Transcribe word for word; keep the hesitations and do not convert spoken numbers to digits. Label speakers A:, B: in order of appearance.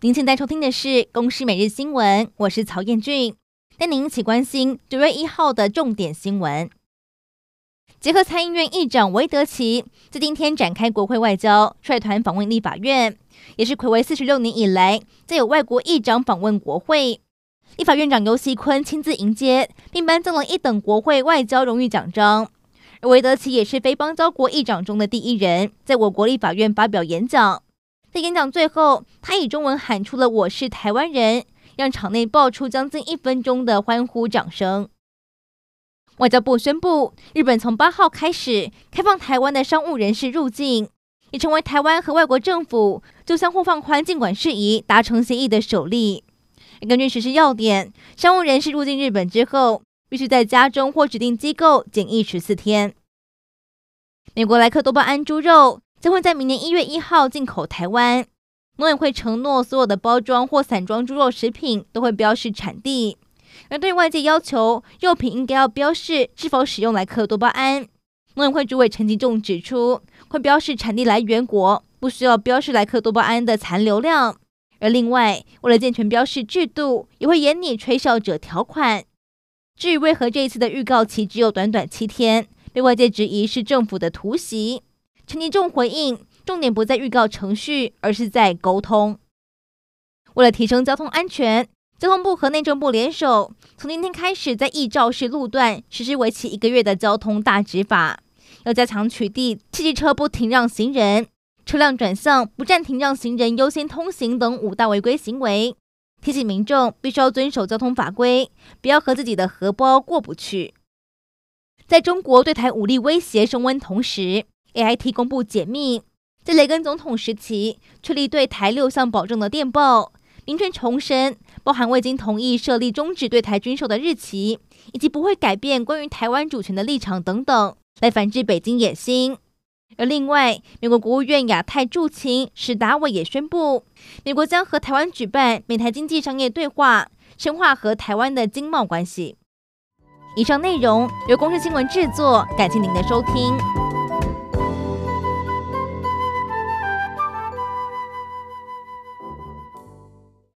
A: 您现在收听的是《公视每日新闻》，我是曹彦俊，带您一起关心九月一号的重点新闻。结合参议院议长韦德奇在今天展开国会外交，率团访问立法院，也是睽违四十六年以来再有外国议长访问国会。立法院长游锡堃亲自迎接，并颁赠了一等国会外交荣誉奖章。而韦德奇也是非邦交国议长中的第一人，在我国立法院发表演讲。在演讲最后，他以中文喊出了"我是台湾人"，让场内爆出将近一分钟的欢呼掌声。外交部宣布，日本从八号开始开放台湾的商务人士入境，也成为台湾和外国政府就相互放宽禁管事宜达成协议的首例。根据实施要点，商务人士入境日本之后，必须在家中或指定机构检疫十四天。美国莱克多巴胺猪肉将会在明年一月一号进口台湾，农委会承诺所有的包装或散装猪肉食品都会标示产地，而对外界要求肉品应该要标示是否使用莱克多巴胺，农委会主委陈吉仲指出，会标示产地来源国，不需要标示莱克多巴胺的残留量。而另外，为了健全标示制度，也会严拟吹哨者条款。至于为何这一次的预告期只有短短七天，被外界质疑是政府的突袭，陈吉仲回应，重点不在预告程序，而是在沟通。为了提升交通安全，交通部和内政部联手，从今天开始在易肇事路段实施为期一个月的交通大执法，要加强取缔汽机车不停让行人、车辆转向不暂停让行人优先通行等五大违规行为，提醒民众必须要遵守交通法规，不要和自己的荷包过不去。在中国对台武力威胁升温同时， A I T 公布解密，在雷根总统时期确立对台六项保证的电报，明确重申包含未经同意设立终止对台军售的日期，以及不会改变关于台湾主权的立场等等，来反制北京野心。而另外，美国国务院亚太驻青史达伟也宣布，美国将和台湾举办美台经济商业对话，深化和台湾的经贸关系。以上内容由公视新闻制作，感谢您的收听。